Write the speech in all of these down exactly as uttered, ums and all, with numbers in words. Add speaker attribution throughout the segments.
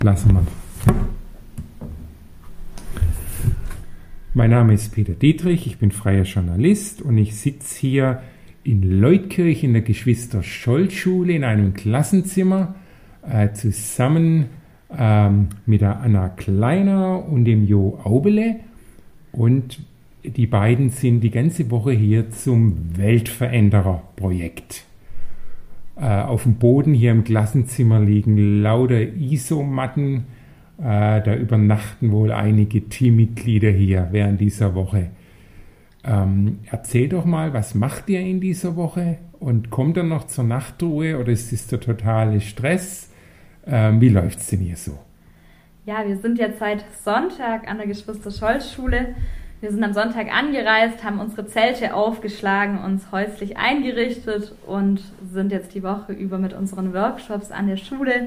Speaker 1: Lassen wir. Mein Name ist Peter Dietrich, ich bin freier Journalist und ich sitze hier in Leutkirch in der Geschwister-Scholl-Schule in einem Klassenzimmer äh, zusammen ähm, mit der Anna Kleiner und dem Jo Aubele, und die beiden sind die ganze Woche hier zum Weltveränderer-Projekt. Äh, auf dem Boden hier im Klassenzimmer liegen lauter Isomatten. Äh, da übernachten wohl einige Teammitglieder hier während dieser Woche. Ähm, erzähl doch mal, was macht ihr in dieser Woche und kommt ihr noch zur Nachtruhe oder ist das der totale Stress? Ähm, wie läuft es denn hier so?
Speaker 2: Ja, wir sind jetzt seit Sonntag an der Geschwister-Scholl-Schule. Wir sind am Sonntag angereist, haben unsere Zelte aufgeschlagen, uns häuslich eingerichtet und sind jetzt die Woche über mit unseren Workshops an der Schule.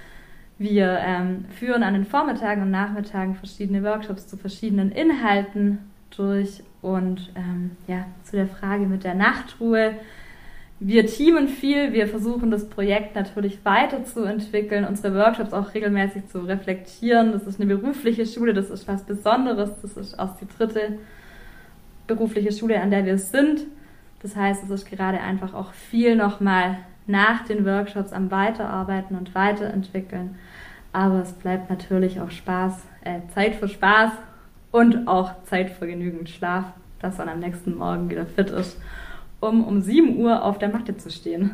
Speaker 2: Wir ähm, führen an den Vormittagen und Nachmittagen verschiedene Workshops zu verschiedenen Inhalten durch und ähm, ja, zu der Frage mit der Nachtruhe. Wir teamen viel, wir versuchen das Projekt natürlich weiterzuentwickeln, unsere Workshops auch regelmäßig zu reflektieren. Das ist eine berufliche Schule, das ist was Besonderes, das ist auch die dritte berufliche Schule, an der wir sind. Das heißt, es ist gerade einfach auch viel nochmal nach den Workshops am Weiterarbeiten und Weiterentwickeln. Aber es bleibt natürlich auch Spaß, äh, Zeit für Spaß und auch Zeit für genügend Schlaf, dass man am nächsten Morgen wieder fit ist, um um sieben Uhr auf der Matte zu stehen.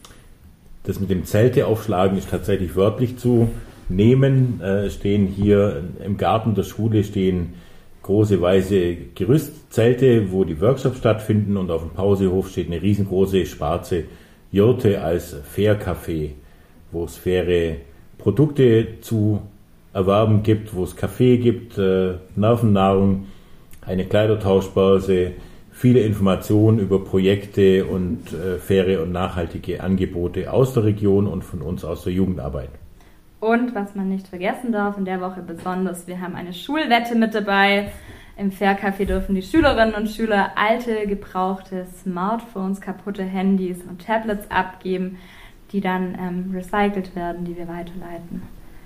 Speaker 3: Das mit dem Zelte aufschlagen ist tatsächlich wörtlich zu nehmen. Es stehen hier im Garten der Schule stehen große weiße Gerüstzelte, wo die Workshops stattfinden, und auf dem Pausehof steht eine riesengroße schwarze Jurte als Fair-Café, wo es faire Produkte zu erwerben gibt, wo es Kaffee gibt, äh, Nervennahrung, eine Kleidertauschbörse, viele Informationen über Projekte und äh, faire und nachhaltige Angebote aus der Region und von uns aus der Jugendarbeit.
Speaker 2: Und was man nicht vergessen darf, in der Woche besonders, wir haben eine Schulwette mit dabei. Im Fair-Café dürfen die Schülerinnen und Schüler alte, gebrauchte Smartphones, kaputte Handys und Tablets abgeben, die dann ähm, recycelt werden, die wir weiterleiten.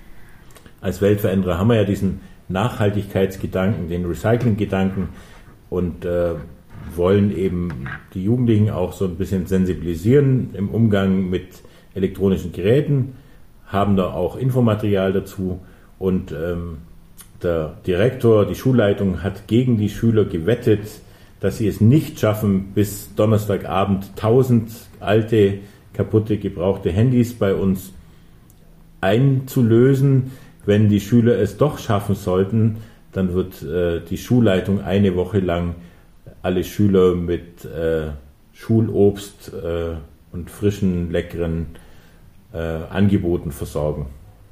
Speaker 3: Als Weltveränderer haben wir ja diesen Nachhaltigkeitsgedanken, den Recycling-Gedanken und äh, wollen eben die Jugendlichen auch so ein bisschen sensibilisieren im Umgang mit elektronischen Geräten, haben da auch Infomaterial dazu, und ähm, der Direktor, die Schulleitung hat gegen die Schüler gewettet, dass sie es nicht schaffen, bis Donnerstagabend tausend alte, kaputte, gebrauchte Handys bei uns einzulösen. Wenn die Schüler es doch schaffen sollten, dann wird äh, die Schulleitung eine Woche lang alle Schüler mit äh, Schulobst äh, und frischen, leckeren äh, Angeboten versorgen.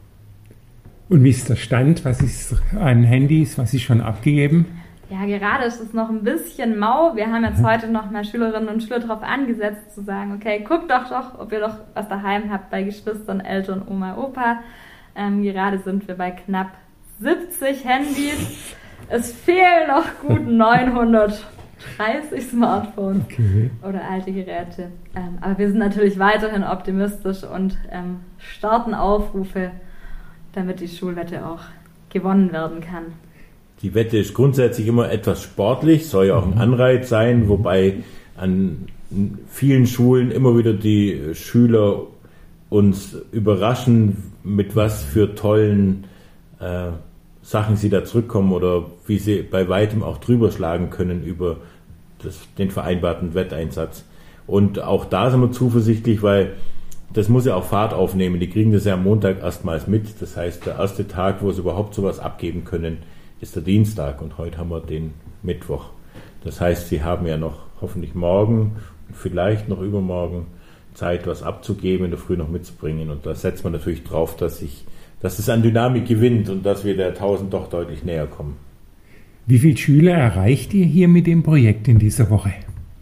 Speaker 1: Und wie ist der Stand? Was ist an Handys? Was ist schon abgegeben?
Speaker 2: Ja, gerade ist es noch ein bisschen mau. Wir haben jetzt heute noch mal Schülerinnen und Schüler darauf angesetzt, zu sagen, okay, guckt doch doch, ob ihr doch was daheim habt bei Geschwistern, Eltern, Oma, Opa. Ähm, gerade sind wir bei knapp siebzig Handys. Es fehlen noch gut neunhundertdreißig Smartphones okay. oder alte Geräte. Ähm, aber wir sind natürlich weiterhin optimistisch und ähm, starten Aufrufe, damit die Schulwette auch gewonnen werden kann.
Speaker 3: Die Wette ist grundsätzlich immer etwas sportlich, soll ja auch ein Anreiz sein, wobei an vielen Schulen immer wieder die Schüler uns überraschen, mit was für tollen äh, Sachen sie da zurückkommen oder wie sie bei weitem auch drüber schlagen können über das, den vereinbarten Wetteinsatz. Und auch da sind wir zuversichtlich, weil das muss ja auch Fahrt aufnehmen. Die kriegen das ja am Montag erstmals mit. Das heißt, der erste Tag, wo sie überhaupt sowas abgeben können, ist der Dienstag, und heute haben wir den Mittwoch. Das heißt, sie haben ja noch hoffentlich morgen und vielleicht noch übermorgen Zeit, was abzugeben, in der Früh noch mitzubringen. Und da setzt man natürlich drauf, dass, ich, dass es an Dynamik gewinnt und dass wir der tausend doch deutlich näher kommen.
Speaker 1: Wie viele Schüler erreicht ihr hier mit dem Projekt in dieser Woche?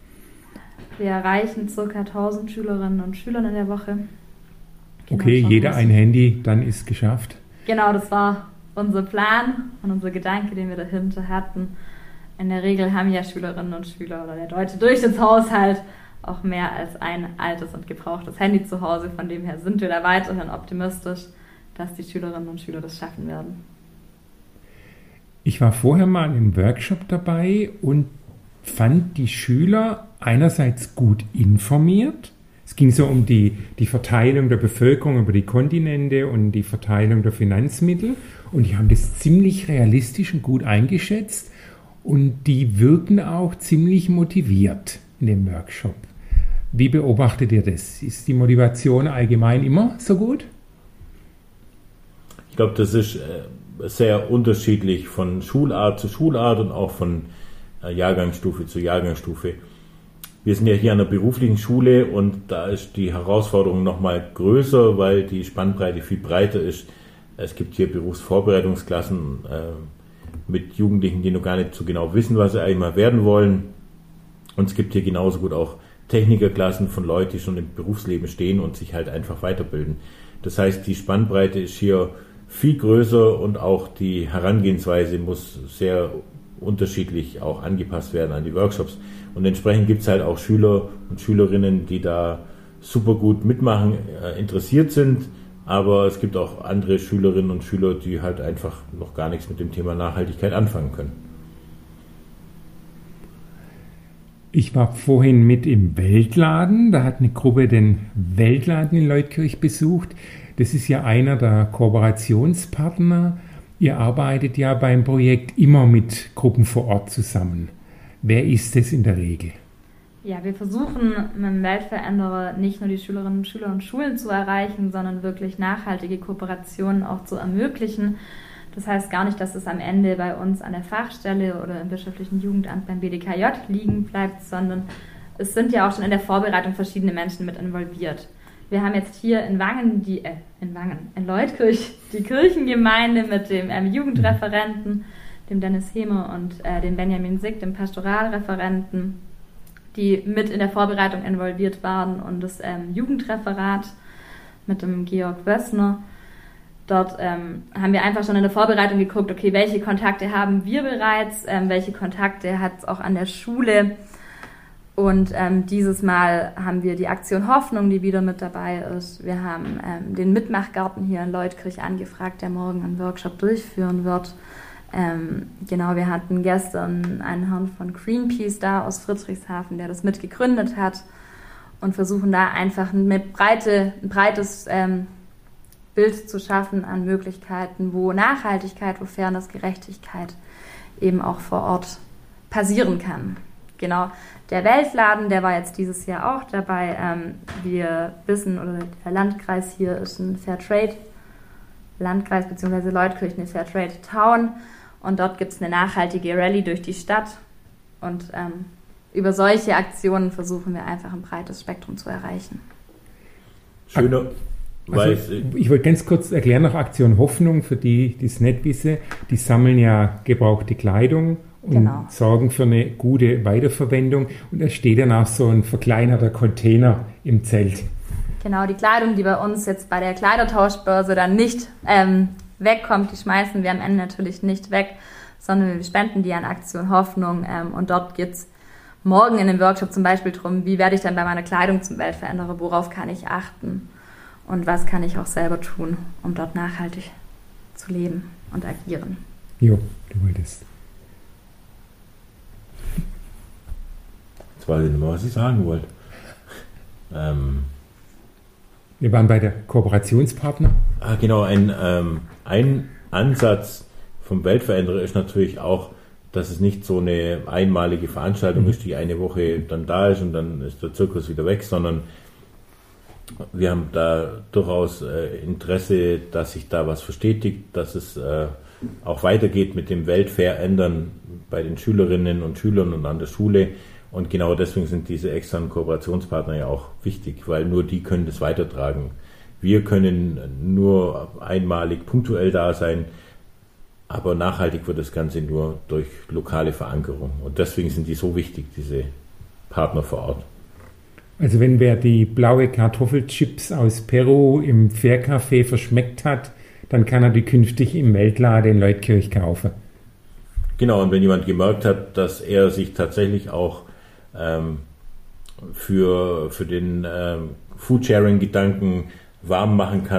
Speaker 2: Wir erreichen ca. tausend Schülerinnen und Schüler in der Woche.
Speaker 1: Genau, okay, jeder ein Handy, dann ist geschafft.
Speaker 2: Genau, das war unser Plan und unser Gedanke, den wir dahinter hatten. In der Regel haben ja Schülerinnen und Schüler oder der deutsche Durchschnittshaushalt auch mehr als ein altes und gebrauchtes Handy zu Hause. Von dem her sind wir da weiterhin optimistisch, dass die Schülerinnen und Schüler das schaffen werden.
Speaker 1: Ich war vorher mal im Workshop dabei und fand die Schüler einerseits gut informiert. Es ging so um die, die Verteilung der Bevölkerung über die Kontinente und die Verteilung der Finanzmittel. Und die haben das ziemlich realistisch und gut eingeschätzt. Und die wirken auch ziemlich motiviert in dem Workshop. Wie beobachtet ihr das? Ist die Motivation allgemein immer so gut?
Speaker 3: Ich glaube, das ist sehr unterschiedlich von Schulart zu Schulart und auch von Jahrgangsstufe zu Jahrgangsstufe. Wir sind ja hier an der beruflichen Schule und da ist die Herausforderung nochmal größer, weil die Spannbreite viel breiter ist. Es gibt hier Berufsvorbereitungsklassen äh, mit Jugendlichen, die noch gar nicht so genau wissen, was sie eigentlich mal werden wollen. Und es gibt hier genauso gut auch Technikerklassen von Leuten, die schon im Berufsleben stehen und sich halt einfach weiterbilden. Das heißt, die Spannbreite ist hier viel größer und auch die Herangehensweise muss sehr unterschiedlich auch angepasst werden an die Workshops. Und entsprechend gibt es halt auch Schüler und Schülerinnen, die da super gut mitmachen, äh, interessiert sind, aber es gibt auch andere Schülerinnen und Schüler, die halt einfach noch gar nichts mit dem Thema Nachhaltigkeit anfangen können.
Speaker 1: Ich war vorhin mit im Weltladen, da hat eine Gruppe den Weltladen in Leutkirch besucht. Das ist ja einer der Kooperationspartner. Ihr arbeitet ja beim Projekt immer mit Gruppen vor Ort zusammen. Wer ist es in der Regel?
Speaker 2: Ja, wir versuchen mit dem Weltveränderer nicht nur die Schülerinnen und Schüler und Schulen zu erreichen, sondern wirklich nachhaltige Kooperationen auch zu ermöglichen. Das heißt gar nicht, dass es am Ende bei uns an der Fachstelle oder im bischöflichen Jugendamt beim B D K J liegen bleibt, sondern es sind ja auch schon in der Vorbereitung verschiedene Menschen mit involviert. Wir haben jetzt hier in Wangen, die, äh, in Wangen, in Leutkirch, die Kirchengemeinde mit dem ähm, Jugendreferenten, dem Dennis Hemer und äh, dem Benjamin Sick, dem Pastoralreferenten, die mit in der Vorbereitung involviert waren, und das ähm, Jugendreferat mit dem Georg Wössner. Dort ähm, haben wir einfach schon in der Vorbereitung geguckt, okay, welche Kontakte haben wir bereits, ähm, welche Kontakte hat es auch an der Schule. Und ähm, dieses Mal haben wir die Aktion Hoffnung, die wieder mit dabei ist. Wir haben ähm, den Mitmachgarten hier in Leutkirch angefragt, der morgen einen Workshop durchführen wird. Ähm, genau, wir hatten gestern einen Herrn von Greenpeace da aus Friedrichshafen, der das mitgegründet hat, und versuchen da einfach eine breite, ein breites ähm, Bild zu schaffen an Möglichkeiten, wo Nachhaltigkeit, wo Fairness, Gerechtigkeit eben auch vor Ort passieren kann. Genau, der Weltladen, der war jetzt dieses Jahr auch dabei. Ähm, wir wissen, oder der Landkreis hier ist ein Fairtrade-Landkreis, beziehungsweise Leutkirch eine Fairtrade-Town. Und dort gibt es eine nachhaltige Rallye durch die Stadt. Und ähm, über solche Aktionen versuchen wir einfach ein breites Spektrum zu erreichen.
Speaker 3: Schöner.
Speaker 1: Also, ich wollte ganz kurz erklären, nach Aktion Hoffnung, für die, die es nicht wissen, die sammeln ja gebrauchte Kleidung und genau. sorgen für eine gute Weiterverwendung. Und da steht dann auch so ein verkleinerter Container im Zelt.
Speaker 2: Genau, die Kleidung, die bei uns jetzt bei der Kleidertauschbörse dann nicht ähm, wegkommt, die schmeißen wir am Ende natürlich nicht weg, sondern wir spenden die an Aktion Hoffnung. Ähm, und dort geht es morgen in dem Workshop zum Beispiel darum, wie werde ich dann bei meiner Kleidung zum Weltveränderer, worauf kann ich achten und was kann ich auch selber tun, um dort nachhaltig zu leben und agieren.
Speaker 1: Jo, du wolltest.
Speaker 3: Jetzt weiß ich nicht mehr, was ich sagen wollte. Ähm,
Speaker 1: Wir waren bei der Kooperationspartner.
Speaker 3: Ah, genau, ein, ähm, ein Ansatz vom Weltveränderer ist natürlich auch, dass es nicht so eine einmalige Veranstaltung mhm. ist, die eine Woche dann da ist und dann ist der Zirkus wieder weg, sondern wir haben da durchaus äh, Interesse, dass sich da was verstetigt, dass es äh, auch weitergeht mit dem Weltverändern bei den Schülerinnen und Schülern und an der Schule. Und genau deswegen sind diese externen Kooperationspartner ja auch wichtig, weil nur die können das weitertragen. Wir können nur einmalig punktuell da sein, aber nachhaltig wird das Ganze nur durch lokale Verankerung. Und deswegen sind die so wichtig, diese Partner vor Ort.
Speaker 1: Also wenn wer die blaue Kartoffelchips aus Peru im Fährcafé verschmeckt hat, dann kann er die künftig im Weltladen in Leutkirch kaufen.
Speaker 3: Genau, und wenn jemand gemerkt hat, dass er sich tatsächlich auch ähm, für, für den ähm, Foodsharing-Gedanken warm machen kann,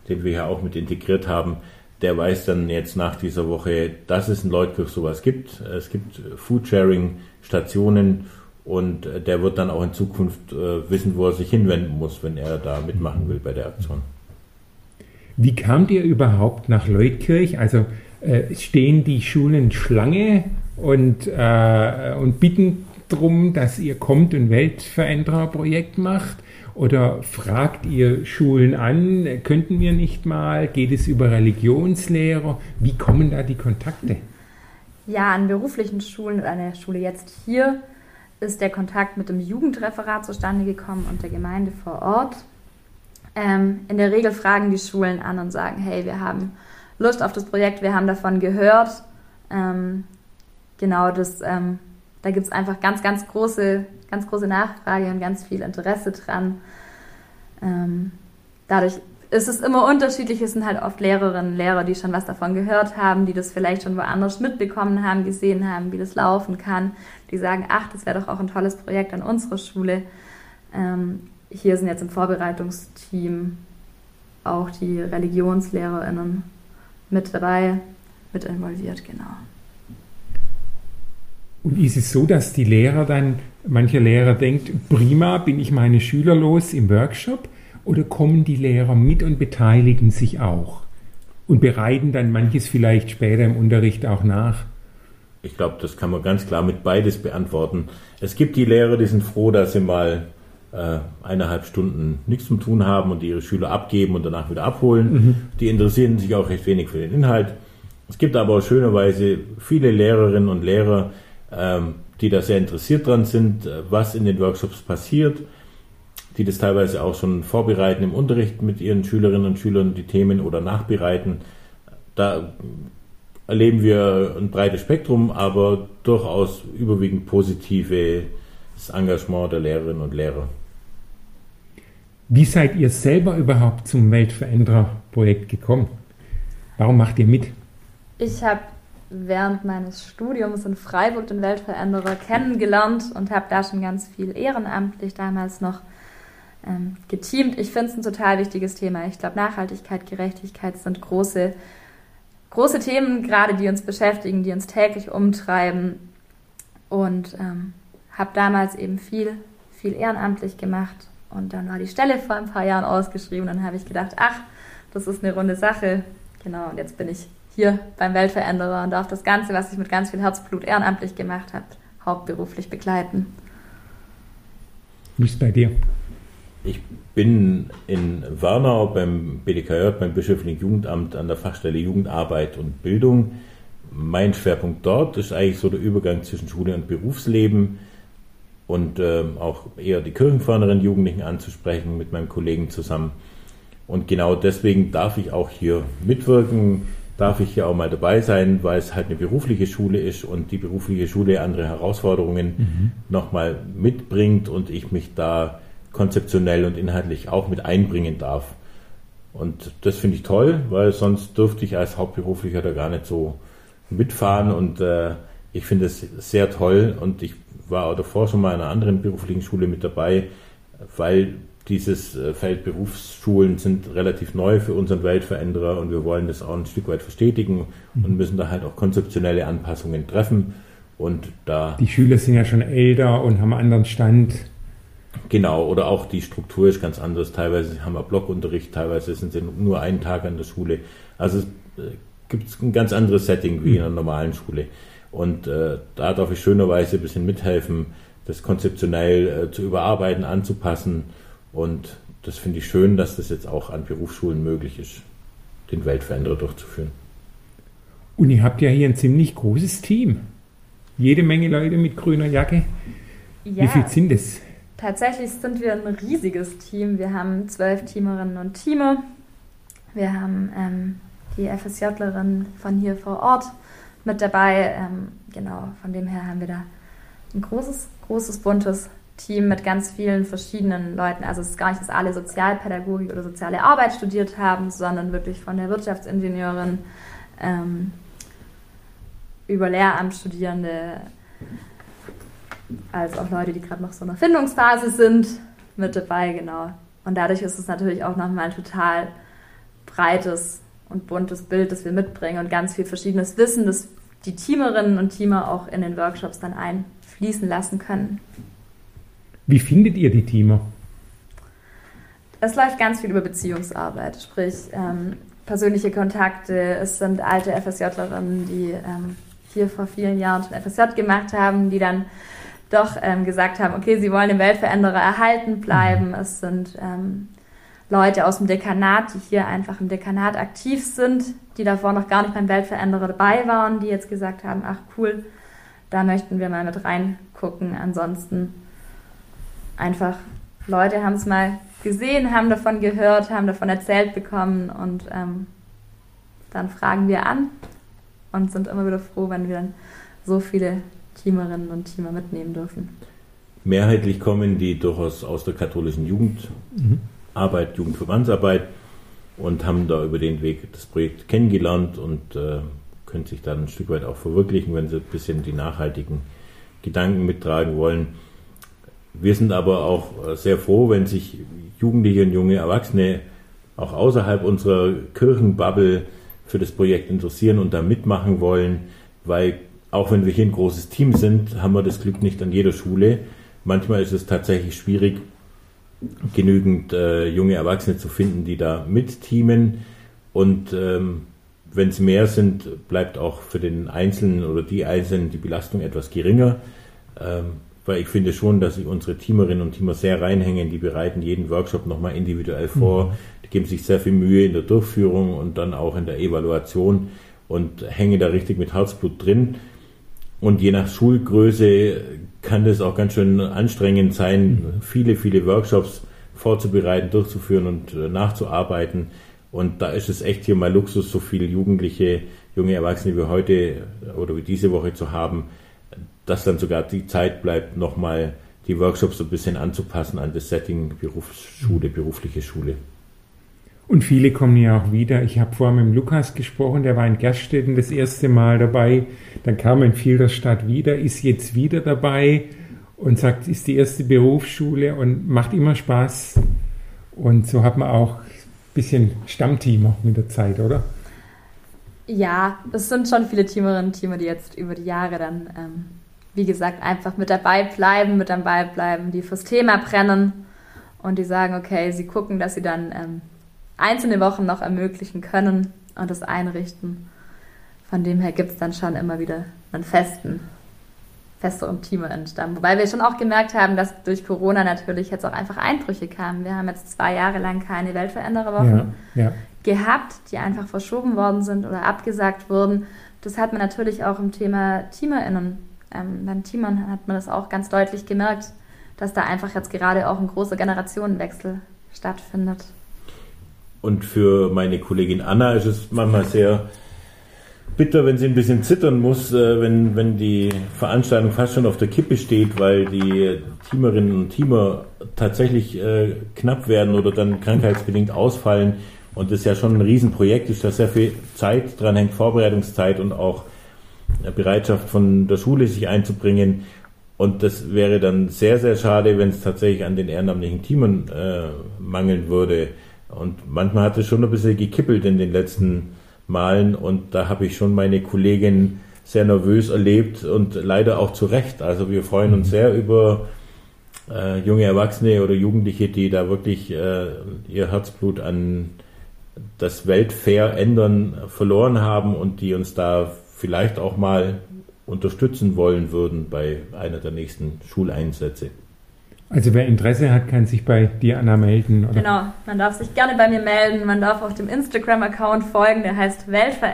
Speaker 3: den wir ja auch mit integriert haben, der weiß dann jetzt nach dieser Woche, dass es in Leutkirch sowas gibt. Es gibt Foodsharing-Stationen und der wird dann auch in Zukunft äh, wissen, wo er sich hinwenden muss, wenn er da mitmachen will bei der Aktion.
Speaker 1: Wie kamt ihr überhaupt nach Leutkirch? Also äh, stehen die Schulen Schlange und, äh, und bitten darum, dass ihr kommt und Weltverändererprojekt macht? Oder fragt ihr Schulen an, könnten wir nicht mal? Geht es über Religionslehrer? Wie kommen da die Kontakte?
Speaker 2: Ja, an beruflichen Schulen, an der Schule jetzt hier, ist der Kontakt mit dem Jugendreferat zustande gekommen und der Gemeinde vor Ort. Ähm, in der Regel fragen die Schulen an und sagen, hey, wir haben Lust auf das Projekt, wir haben davon gehört. Ähm, genau, das, ähm, da gibt es einfach ganz, ganz große, ganz große Nachfrage und ganz viel Interesse dran. Ähm, dadurch ist es immer unterschiedlich, es sind halt oft Lehrerinnen und Lehrer, die schon was davon gehört haben, die das vielleicht schon woanders mitbekommen haben, gesehen haben, wie das laufen kann, die sagen, ach, das wäre doch auch ein tolles Projekt an unserer Schule. Ähm, hier sind jetzt im Vorbereitungsteam auch die ReligionslehrerInnen mit dabei, mit involviert, genau.
Speaker 1: Und ist es so, dass die Lehrer dann, mancher Lehrer denkt, prima, bin ich meine Schüler los im Workshop? Oder kommen die Lehrer mit und beteiligen sich auch und bereiten dann manches vielleicht später im Unterricht auch nach?
Speaker 3: Ich glaube, das kann man ganz klar mit beides beantworten. Es gibt die Lehrer, die sind froh, dass sie mal äh, eineinhalb Stunden nichts zu tun haben und ihre Schüler abgeben und danach wieder abholen. Mhm. Die interessieren sich auch recht wenig für den Inhalt. Es gibt aber auch schönerweise viele Lehrerinnen und Lehrer, ähm, die da sehr interessiert dran sind, was in den Workshops passiert, die das teilweise auch schon vorbereiten im Unterricht mit ihren Schülerinnen und Schülern, die Themen oder nachbereiten. Da erleben wir ein breites Spektrum, aber durchaus überwiegend positives Engagement der Lehrerinnen und Lehrer.
Speaker 1: Wie seid ihr selber überhaupt zum Weltveränderer-Projekt gekommen? Warum macht ihr mit? Ich habe
Speaker 2: während meines Studiums in Freiburg den Weltveränderer kennengelernt und habe da schon ganz viel ehrenamtlich damals noch ähm, geteamt. Ich finde es ein total wichtiges Thema. Ich glaube, Nachhaltigkeit, Gerechtigkeit sind große, große Themen, gerade die uns beschäftigen, die uns täglich umtreiben. Und ähm, habe damals eben viel, viel ehrenamtlich gemacht. Und dann war die Stelle vor ein paar Jahren ausgeschrieben. Dann habe ich gedacht, ach, das ist eine runde Sache. Genau, und jetzt bin ich hier beim Weltveränderer und darf das Ganze, was ich mit ganz viel Herzblut ehrenamtlich gemacht habe, hauptberuflich begleiten.
Speaker 1: Wie ist es bei dir?
Speaker 3: Ich bin in Wernau beim B D K J, beim Bischöflichen Jugendamt an der Fachstelle Jugendarbeit und Bildung. Mein Schwerpunkt dort ist eigentlich so der Übergang zwischen Schule und Berufsleben und äh, auch eher die kirchenferneren Jugendlichen anzusprechen mit meinem Kollegen zusammen. Und genau deswegen darf ich auch hier mitwirken, darf ich hier auch mal dabei sein, weil es halt eine berufliche Schule ist und die berufliche Schule andere Herausforderungen mhm. nochmal mitbringt und ich mich da konzeptionell und inhaltlich auch mit einbringen darf. Und das finde ich toll, weil sonst dürfte ich als Hauptberuflicher da gar nicht so mitfahren und äh, ich finde es sehr toll und ich war auch davor schon mal in einer anderen beruflichen Schule mit dabei, weil dieses Feld Berufsschulen sind relativ neu für unseren Weltveränderer und wir wollen das auch ein Stück weit verstetigen und müssen da halt auch konzeptionelle Anpassungen treffen. Und da
Speaker 1: die Schüler sind ja schon älter und haben einen anderen Stand.
Speaker 3: Genau, oder auch die Struktur ist ganz anders. Teilweise haben wir Blockunterricht, teilweise sind sie nur einen Tag an der Schule. Also es gibt ein ganz anderes Setting wie in einer normalen Schule. Und äh, da darf ich schönerweise ein bisschen mithelfen, das konzeptionell äh, zu überarbeiten, anzupassen. Und das finde ich schön, dass das jetzt auch an Berufsschulen möglich ist, den Weltveränderer durchzuführen.
Speaker 1: Und ihr habt ja hier ein ziemlich großes Team. Jede Menge Leute mit grüner Jacke. Ja, wie viel sind es?
Speaker 2: Tatsächlich sind wir ein riesiges Team. Wir haben zwölf Teamerinnen und Teamer. Wir haben ähm, die FSJlerin von hier vor Ort mit dabei. Ähm, genau, von dem her haben wir da ein großes, großes, buntes Team mit ganz vielen verschiedenen Leuten. Also es ist gar nicht, dass alle Sozialpädagogik oder soziale Arbeit studiert haben, sondern wirklich von der Wirtschaftsingenieurin ähm, über Lehramtsstudierende, als auch Leute, die gerade noch so in der Findungsphase sind, mit dabei, genau. Und dadurch ist es natürlich auch nochmal ein total breites und buntes Bild, das wir mitbringen und ganz viel verschiedenes Wissen, das die Teamerinnen und Teamer auch in den Workshops dann einfließen lassen können.
Speaker 1: Wie findet ihr die Teamer?
Speaker 2: Es läuft ganz viel über Beziehungsarbeit, sprich ähm, persönliche Kontakte. Es sind alte FSJlerinnen, die ähm, hier vor vielen Jahren schon F S J gemacht haben, die dann doch ähm, gesagt haben, okay, sie wollen den Weltveränderer erhalten bleiben. Es sind ähm, Leute aus dem Dekanat, die hier einfach im Dekanat aktiv sind, die davor noch gar nicht beim Weltveränderer dabei waren, die jetzt gesagt haben, ach cool, da möchten wir mal mit reingucken. Ansonsten einfach Leute haben es mal gesehen, haben davon gehört, haben davon erzählt bekommen und ähm, dann fragen wir an und sind immer wieder froh, wenn wir dann so viele Teamerinnen und Teamer mitnehmen dürfen.
Speaker 3: Mehrheitlich kommen die durchaus aus der katholischen Jugendarbeit, mhm. Jugendverbandsarbeit und haben da über den Weg das Projekt kennengelernt und äh, können sich dann ein Stück weit auch verwirklichen, wenn sie ein bisschen die nachhaltigen Gedanken mittragen wollen. Wir sind aber auch sehr froh, wenn sich Jugendliche und junge Erwachsene auch außerhalb unserer Kirchenbubble für das Projekt interessieren und da mitmachen wollen, weil auch wenn wir hier ein großes Team sind, haben wir das Glück nicht an jeder Schule. Manchmal ist es tatsächlich schwierig, genügend äh, junge Erwachsene zu finden, die da mitteamen und ähm, wenn es mehr sind, bleibt auch für den Einzelnen oder die Einzelnen die Belastung etwas geringer. Ähm, weil ich finde schon, dass sich unsere Teamerinnen und Teamer sehr reinhängen, die bereiten jeden Workshop nochmal individuell vor, mhm. die geben sich sehr viel Mühe in der Durchführung und dann auch in der Evaluation und hängen da richtig mit Herzblut drin. Und je nach Schulgröße kann das auch ganz schön anstrengend sein, mhm. viele, viele Workshops vorzubereiten, durchzuführen und äh, nachzuarbeiten. Und da ist es echt hier mal Luxus, so viele Jugendliche, junge Erwachsene wie heute oder wie diese Woche zu haben, dass dann sogar die Zeit bleibt, nochmal die Workshops so ein bisschen anzupassen an das Setting Berufsschule, berufliche Schule.
Speaker 1: Und viele kommen ja auch wieder. Ich habe vorhin mit dem Lukas gesprochen, der war in Gerstetten das erste Mal dabei. Dann kam er in Filderstadt wieder, ist jetzt wieder dabei und sagt, ist die erste Berufsschule und macht immer Spaß. Und so hat man auch ein bisschen Stammteamer mit der Zeit, oder?
Speaker 2: Ja, es sind schon viele Teamerinnen und Teamer, die jetzt über die Jahre dann, ähm, wie gesagt, einfach mit dabei bleiben, mit dabei bleiben, die fürs Thema brennen und die sagen, okay, sie gucken, dass sie dann ähm, einzelne Wochen noch ermöglichen können und das einrichten. Von dem her gibt es dann schon immer wieder einen festen, festeren Teamer-Entstamm. Wobei wir schon auch gemerkt haben, dass durch Corona natürlich jetzt auch einfach Einbrüche kamen. Wir haben jetzt zwei Jahre lang keine Weltverändererwochen ja, ja. gehabt, die einfach verschoben worden sind oder abgesagt wurden. Das hat man natürlich auch im Thema TeamerInnen. Ähm, beim Teamern hat man das auch ganz deutlich gemerkt, dass da einfach jetzt gerade auch ein großer Generationenwechsel stattfindet.
Speaker 3: Und für meine Kollegin Anna ist es manchmal sehr bitter, wenn sie ein bisschen zittern muss, wenn, wenn die Veranstaltung fast schon auf der Kippe steht, weil die Teamerinnen und Teamer tatsächlich äh, knapp werden oder dann krankheitsbedingt ausfallen. Und das ist ja schon ein Riesenprojekt, ist da sehr viel Zeit dran hängt, Vorbereitungszeit und auch Bereitschaft von der Schule, sich einzubringen. Und das wäre dann sehr, sehr schade, wenn es tatsächlich an den ehrenamtlichen Teamern äh, mangeln würde. Und manchmal hat es schon ein bisschen gekippelt in den letzten Malen und da habe ich schon meine Kollegin sehr nervös erlebt und leider auch zu Recht. Also wir freuen uns sehr über äh, junge Erwachsene oder Jugendliche, die da wirklich äh, ihr Herzblut an das Weltverändern verloren haben und die uns da vielleicht auch mal unterstützen wollen würden bei einer der nächsten Schuleinsätze.
Speaker 1: Also wer Interesse hat, kann sich bei dir, Anna, melden, oder?
Speaker 2: Genau, man darf sich gerne bei mir melden. Man darf auf dem Instagram-Account folgen, der heißt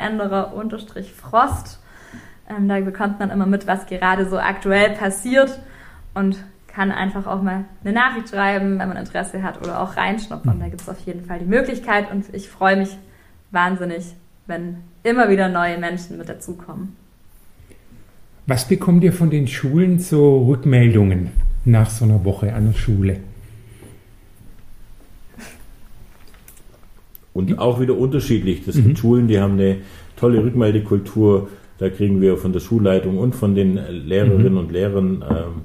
Speaker 2: Weltveränderer-Frost. Ähm, da bekommt man immer mit, was gerade so aktuell passiert und kann einfach auch mal eine Nachricht schreiben, wenn man Interesse hat oder auch reinschnuppern. Da gibt es auf jeden Fall die Möglichkeit und ich freue mich wahnsinnig, wenn immer wieder neue Menschen mit dazukommen.
Speaker 1: Was bekommt ihr von den Schulen so Rückmeldungen nach so einer Woche an der Schule?
Speaker 3: Und auch wieder unterschiedlich. Das gibt mhm. Schulen, die haben eine tolle Rückmeldekultur. Da kriegen wir von der Schulleitung und von den Lehrerinnen mhm. und Lehrern ähm,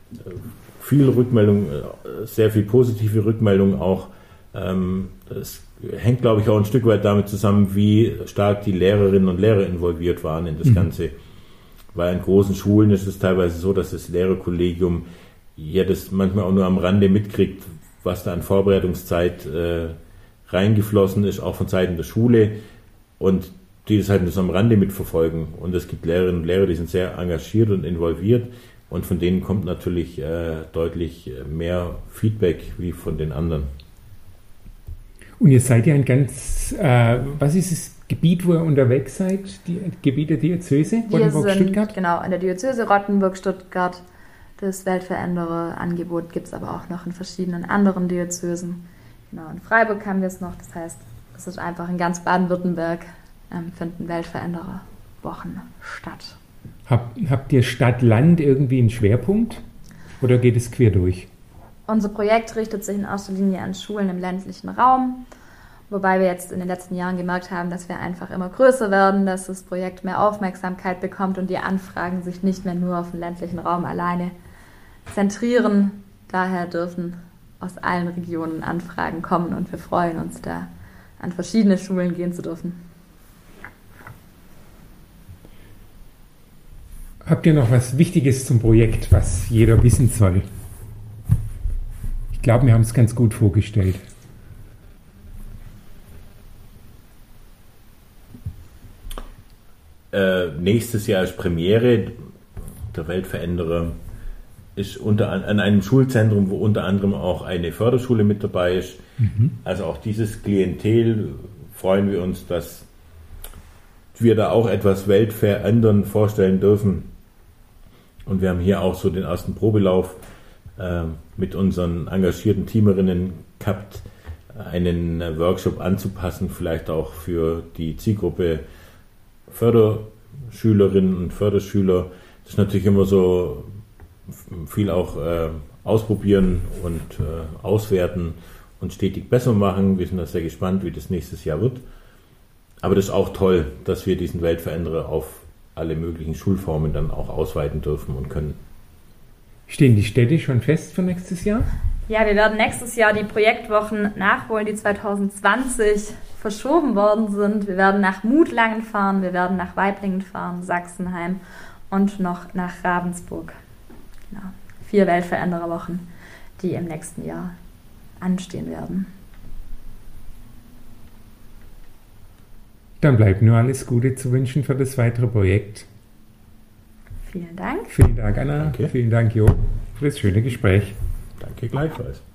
Speaker 3: viel Rückmeldung, sehr viel positive Rückmeldung auch. Ähm, es hängt, glaube ich, auch ein Stück weit damit zusammen, wie stark die Lehrerinnen und Lehrer involviert waren in das mhm. Ganze. Weil in großen Schulen ist es teilweise so, dass das Lehrerkollegium ja das manchmal auch nur am Rande mitkriegt, was da an Vorbereitungszeit äh, reingeflossen ist, auch von Seiten der Schule, und die das halt nur so am Rande mitverfolgen. Und es gibt Lehrerinnen und Lehrer, die sind sehr engagiert und involviert, und von denen kommt natürlich äh, deutlich mehr Feedback wie von den anderen.
Speaker 1: Und ihr seid ja ein ganz, äh, was ist das Gebiet, wo ihr unterwegs seid? Die Gebiet der Diözese,
Speaker 2: Rottenburg-Stuttgart? Genau, in der Diözese Rottenburg-Stuttgart. Das Weltverändere-Angebot gibt es aber auch noch in verschiedenen anderen Diözesen. Genau, in Freiburg haben wir es noch. Das heißt, es ist einfach in ganz Baden-Württemberg ähm, finden Weltverändere-Wochen statt.
Speaker 1: Hab, habt ihr Stadt-Land irgendwie einen Schwerpunkt oder geht es quer durch?
Speaker 2: Unser Projekt richtet sich in erster Linie an Schulen im ländlichen Raum, wobei wir jetzt in den letzten Jahren gemerkt haben, dass wir einfach immer größer werden, dass das Projekt mehr Aufmerksamkeit bekommt und die Anfragen sich nicht mehr nur auf den ländlichen Raum alleine zentrieren. Daher dürfen aus allen Regionen Anfragen kommen und wir freuen uns, da an verschiedene Schulen gehen zu dürfen.
Speaker 1: Habt ihr noch was Wichtiges zum Projekt, was jeder wissen soll? Ich glaube, wir haben es ganz gut vorgestellt.
Speaker 3: Äh, nächstes Jahr ist Premiere. Der Weltveränderer ist unter, an einem Schulzentrum, wo unter anderem auch eine Förderschule mit dabei ist. Mhm. Also auch dieses Klientel freuen wir uns, dass wir da auch etwas Weltverändern vorstellen dürfen. Und wir haben hier auch so den ersten Probelauf äh, mit unseren engagierten Teamerinnen gehabt, einen Workshop anzupassen, vielleicht auch für die Zielgruppe Förderschülerinnen und Förderschüler. Das ist natürlich immer so viel auch äh, ausprobieren und äh, auswerten und stetig besser machen. Wir sind da sehr gespannt, wie das nächstes Jahr wird. Aber das ist auch toll, dass wir diesen Weltveränderer auf alle möglichen Schulformen dann auch ausweiten dürfen und können.
Speaker 1: Stehen die Städte schon fest für nächstes Jahr?
Speaker 2: Ja, wir werden nächstes Jahr die Projektwochen nachholen, die zwanzig zwanzig verschoben worden sind. Wir werden nach Mutlangen fahren, wir werden nach Waiblingen fahren, Sachsenheim und noch nach Ravensburg. Genau. Vier Weltverändererwochen, die im nächsten Jahr anstehen werden.
Speaker 1: Dann bleibt nur alles Gute zu wünschen für das weitere Projekt.
Speaker 2: Vielen Dank.
Speaker 1: Vielen Dank, Anna.
Speaker 3: Danke.
Speaker 1: Vielen Dank, Jo, für das schöne Gespräch.
Speaker 3: Danke gleichfalls.